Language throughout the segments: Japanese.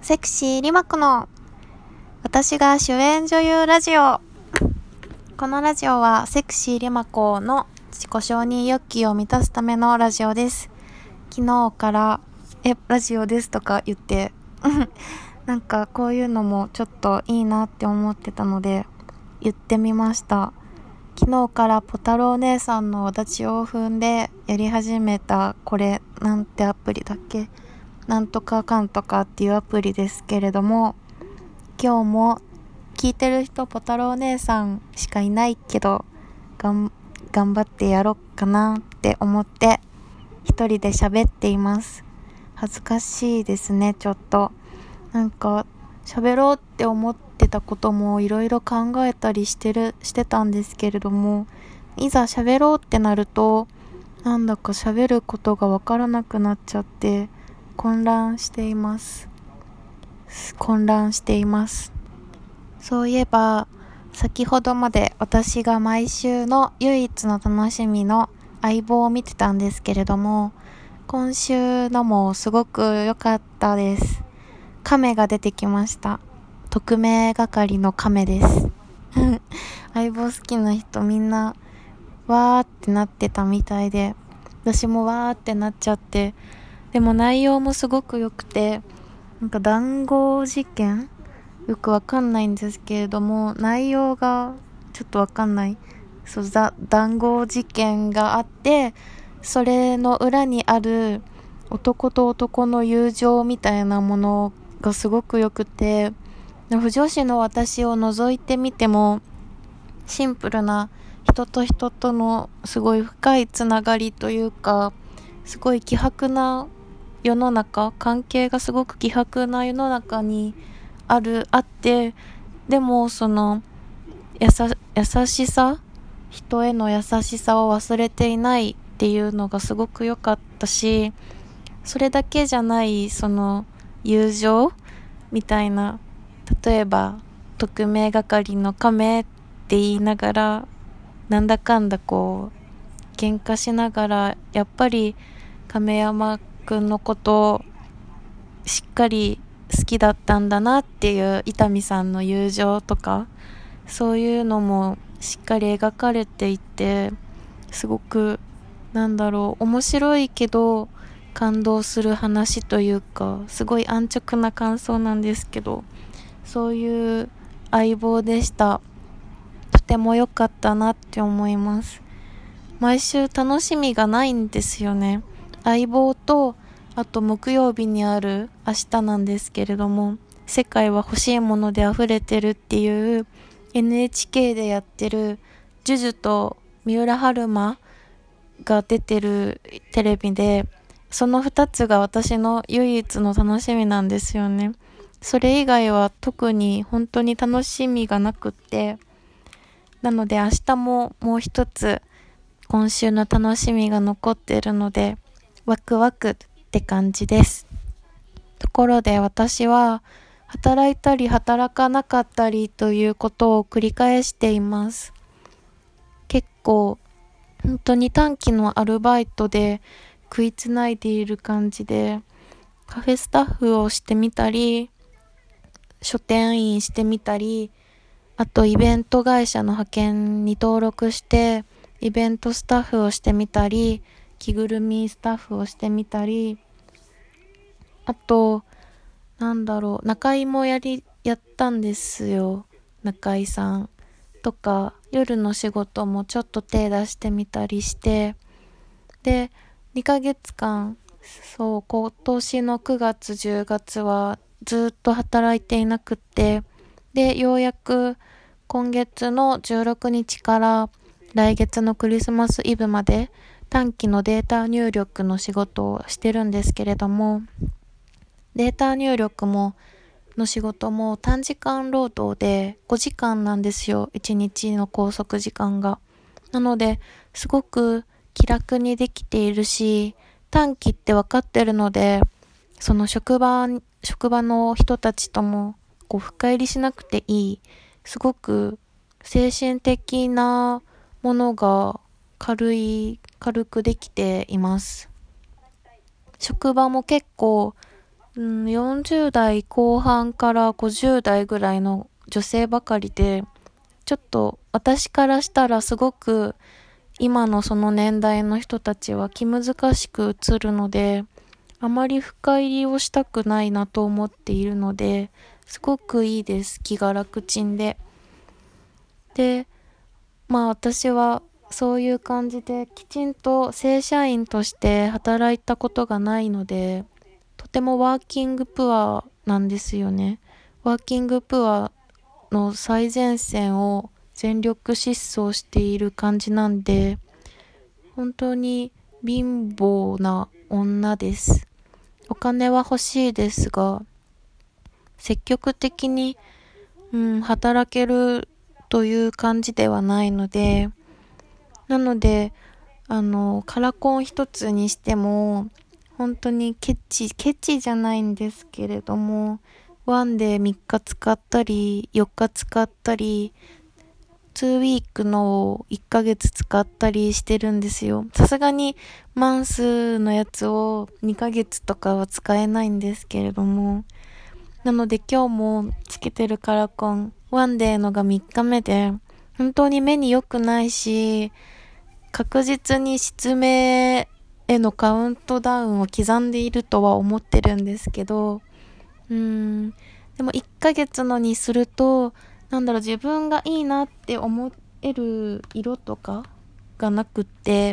セクシーリマコの私が主演女優ラジオ。このラジオはセクシーリマコの自己承認欲求を満たすためのラジオです。昨日からラジオですとか言ってなんかこういうのもちょっといいなって思ってたので言ってみました。昨日からポタロー姉さんのわだちを踏んでやり始めたこれなんてアプリだっけ、なんとかかんとかっていうアプリですけれども、今日も聞いてる人ポタロー姉さんしかいないけど頑張ってやろっかなって思って一人で喋っています。恥ずかしいですね。ちょっとなんか喋ろうって思ってたこともいろいろ考えたりしてたんですけれども、いざ喋ろうってなるとなんだか喋ることがわからなくなっちゃって混乱しています。そういえば先ほどまで私が毎週の唯一の楽しみの相棒を見てたんですけれども、今週のもすごく良かったです。亀が出てきました。特命係の亀です相棒好きな人みんなわーってなってたみたいで、私もわーってなっちゃって、でも内容もすごく良くて、なんか談合事件よくわかんないんですけれども、内容がちょっとわかんない。談合事件があって、それの裏にある男と男の友情みたいなものがすごく良くて、不女子の私を除いてみてもシンプルな人と人とのすごい深いつながりというか、すごい希薄な世の中、関係がすごく希薄な世の中にあって、でもその優しさ、人への優しさを忘れていないっていうのがすごく良かったし、それだけじゃないその友情みたいな、例えば特命係の亀って言いながらなんだかんだこう喧嘩しながらやっぱり亀山くんのことをしっかり好きだったんだなっていう伊丹さんの友情とか、そういうのもしっかり描かれていて、すごく面白いけど感動する話というか、すごい安直な感想なんですけど、そういう相棒でした。とても良かったなって思います。毎週楽しみがないんですよね。相棒と、あと木曜日にある明日なんですけれども、世界は欲しいもので溢れてるっていう NHK でやってるジュジュと三浦春馬が出てるテレビで、その2つが私の唯一の楽しみなんですよね。それ以外は特に本当に楽しみがなくって、なので明日ももう一つ今週の楽しみが残っているのでワクワクって感じです。ところで私は働いたり働かなかったりということを繰り返しています。結構本当に短期のアルバイトで食いつないでいる感じで、カフェスタッフをしてみたり、書店員してみたり、あとイベント会社の派遣に登録してイベントスタッフをしてみたり、着ぐるみスタッフをしてみたり、あと中居もやったんですよ。中居さんとか夜の仕事もちょっと手出してみたりして、で2ヶ月間、今年の9月10月はずっと働いていなくって、でようやく今月の16日から来月のクリスマスイブまで短期のデータ入力の仕事をしてるんですけれども、データ入力の仕事も短時間労働で5時間なんですよ、1日の拘束時間が。なのですごく気楽にできているし、短期って分かってるので、その職場の人たちとも深入りしなくていい、すごく精神的なものが軽くできています。職場も結構 40代後半から50代ぐらいの女性ばかりで、ちょっと私からしたらすごく今のその年代の人たちは気難しく映るので、あまり深入りをしたくないなと思っているので、すごくいいです。気が楽ちんで。で、私はそういう感じできちんと正社員として働いたことがないので、とてもワーキングプアなんですよね。ワーキングプアの最前線を全力疾走している感じなんで、本当に貧乏な女です。お金は欲しいですが、積極的に、働けるという感じではないので、なので、カラコン一つにしても、本当にケチじゃないんですけれども、ワンデー3日使ったり、4日使ったり、2ウィークのを1ヶ月使ったりしてるんですよ。さすがにマンスのやつを2ヶ月とかは使えないんですけれども、なので今日もつけてるカラコン、ワンデーのが3日目で、本当に目に良くないし、確実に失明へのカウントダウンを刻んでいるとは思ってるんですけど、でも1ヶ月のにすると、自分がいいなって思える色とかがなくって、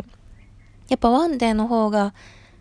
やっぱワンデーの方が、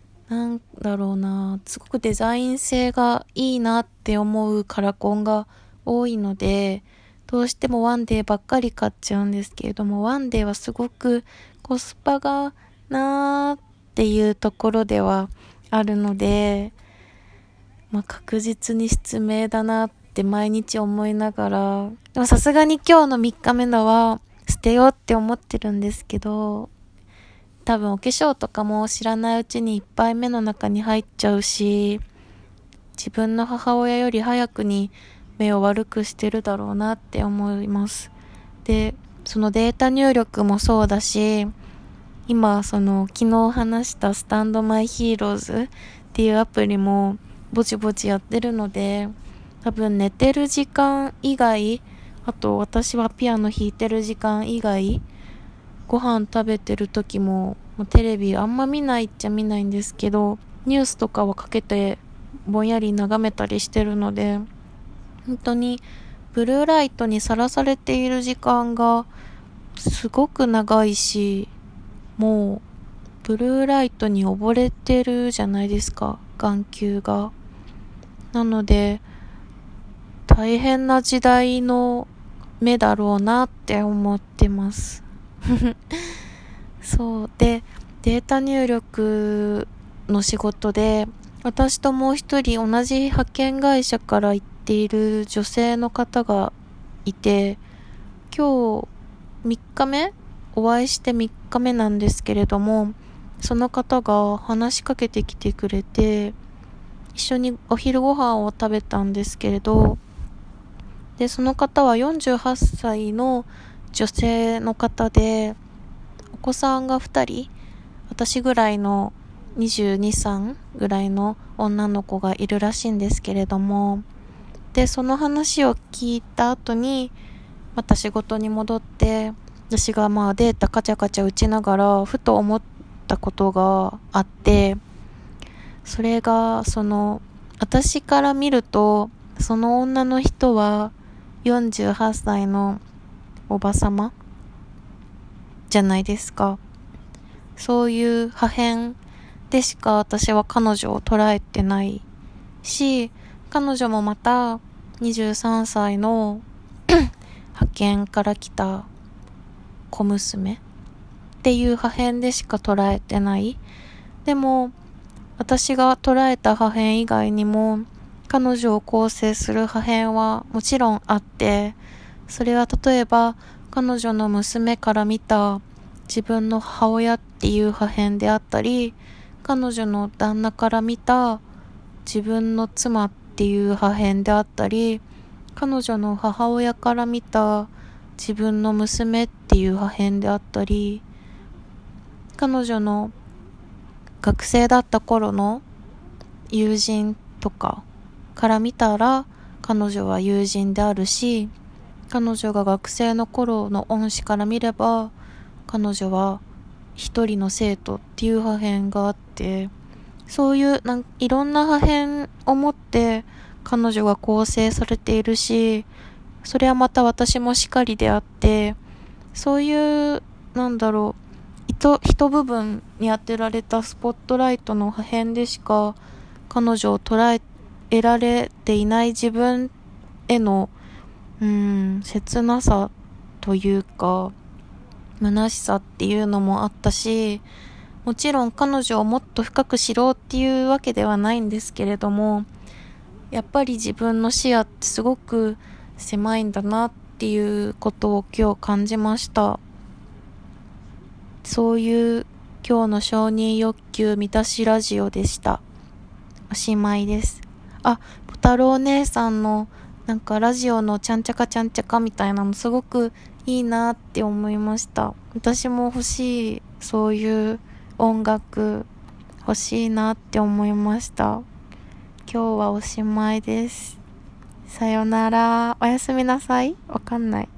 すごくデザイン性がいいなって思うカラコンが多いので、どうしてもワンデーばっかり買っちゃうんですけれども、ワンデーはすごくコスパがなーっていうところではあるので、確実に失明だなって毎日思いながら、でもさすがに今日の3日目のは捨てようって思ってるんですけど、多分お化粧とかも知らないうちに1杯目の中に入っちゃうし、自分の母親より早くに目を悪くしてるだろうなって思います。で、そのデータ入力もそうだし、今昨日話したスタンドマイヒーローズっていうアプリもぼちぼちやってるので、多分寝てる時間以外、あと私はピアノ弾いてる時間以外、ご飯食べてる時もテレビあんま見ないっちゃ見ないんですけど、ニュースとかはかけてぼんやり眺めたりしてるので、本当にブルーライトにさらされている時間がすごく長いし、もうブルーライトに溺れてるじゃないですか、眼球が。なので大変な時代の目だろうなって思ってますそうで、データ入力の仕事で、私ともう一人同じ派遣会社から行っている女性の方がいて、今日3日目お会いして3日目なんですけれども、その方が話しかけてきてくれて、一緒にお昼ご飯を食べたんですけれど、で、その方は48歳の女性の方で、お子さんが2人、私ぐらいの22、3ぐらいの女の子がいるらしいんですけれども、で、その話を聞いた後に、また仕事に戻って、私がデータカチャカチャ打ちながら、ふと思ったことがあって、それが、私から見ると、その女の人は、48歳のおばさまじゃないですか。そういう破片でしか私は彼女を捉えてないし、彼女もまた23歳の派遣から来た小娘っていう破片でしか捉えてない。でも私が捉えた破片以外にも彼女を構成する破片はもちろんあって、それは例えば彼女の娘から見た自分の母親っていう破片であったり、彼女の旦那から見た自分の妻っていう破片であったり、彼女の母親から見た自分の娘っていう破片であったり、彼女の学生だった頃の友人とかから見たら彼女は友人であるし、彼女が学生の頃の恩師から見れば彼女は一人の生徒っていう破片があって、そういういろんな破片を持って彼女が構成されているし、それはまた私もしかりであって、そういう一部分に当てられたスポットライトの破片でしか彼女を捉えられていない自分への切なさというか虚しさっていうのもあったし、もちろん彼女をもっと深く知ろうっていうわけではないんですけれども、やっぱり自分の視野ってすごく狭いんだなっていうことを今日感じました。そういう今日の承認欲求満たしラジオでした。おしまいです。あ、ポタロー姉さんのラジオのちゃんちゃかちゃんちゃかみたいなのすごくいいなって思いました。私も欲しい、そういう音楽欲しいなって思いました。今日はおしまいです。さよなら。おやすみなさい。わかんない。